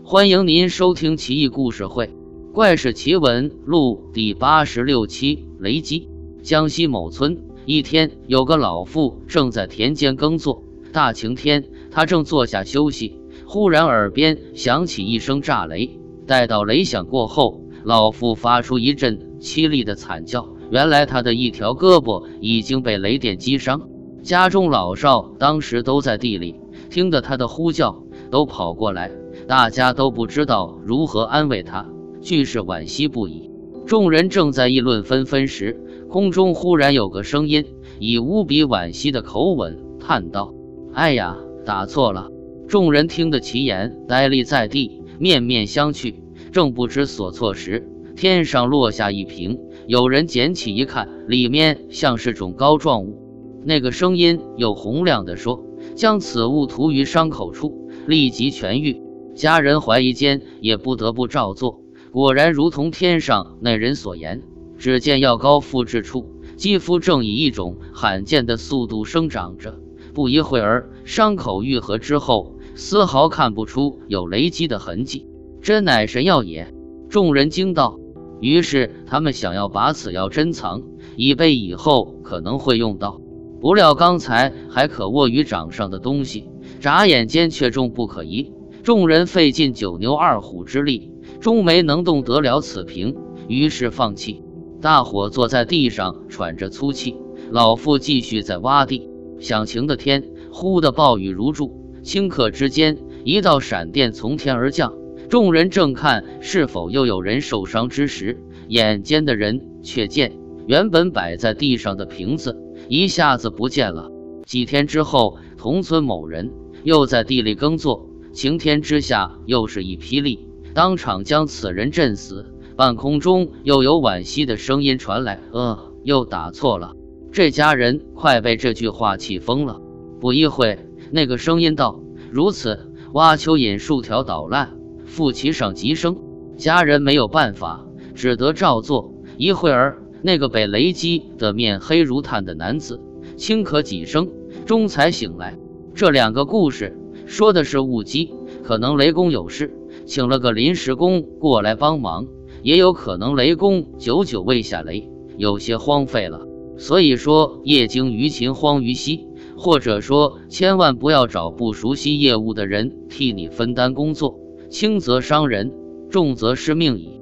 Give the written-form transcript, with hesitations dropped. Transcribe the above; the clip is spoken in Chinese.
欢迎您收听奇异故事会《怪事奇闻录》第86期雷击。江西某村，一天有个老妇正在田间耕作，大晴天，她正坐下休息，忽然耳边响起一声炸雷。待到雷响过后，老妇发出一阵凄厉的惨叫，原来她的一条胳膊已经被雷电击伤。家中老少当时都在地里，听得她的呼叫，都跑过来，大家都不知道如何安慰她，俱是惋惜不已。众人正在议论纷纷时，空中忽然有个声音以无比惋惜的口吻叹道：“哎呀，打错了！”众人听得其言，呆立在地，面面相觑，正不知所措时，天上落下一瓶，有人捡起一看，里面像是种膏状物。那个声音又洪亮地说：“将此物涂于伤口处，立即痊愈。”家人怀疑间也不得不照做，果然如同天上那人所言，只见药膏敷置处，肌肤正以一种罕见的速度生长着。不一会儿，伤口愈合之后，丝毫看不出有雷击的痕迹，真乃神药也。众人惊道。于是他们想要把此药珍藏，以备以后可能会用到。不料刚才还可握于掌上的东西，眨眼间却重不可移。众人费尽九牛二虎之力，终没能动得了此瓶，于是放弃。大伙坐在地上喘着粗气，老妇继续在挖地。响晴的天，忽的暴雨如注，顷刻之间，一道闪电从天而降。众人正看是否又有人受伤之时，眼尖的人却见原本摆在地上的瓶子一下子不见了。几天之后，同村某人又在地里耕作，晴天之下又是一霹雳，当场将此人震死。半空中又有惋惜的声音传来：“又打错了。”这家人快被这句话气疯了。不一会，那个声音道：“如此，挖蚯蚓数条捣烂，复其上即生。”家人没有办法，只得照做。一会儿，那个被雷击的面黑如炭的男子轻咳几声，终才醒来。这两个故事说的是误击，可能雷公有事，请了个临时工过来帮忙，也有可能雷公久久未下雷，有些荒废了。所以说业精于勤，荒于嬉，或者说千万不要找不熟悉业务的人替你分担工作，轻则伤人，重则失命矣。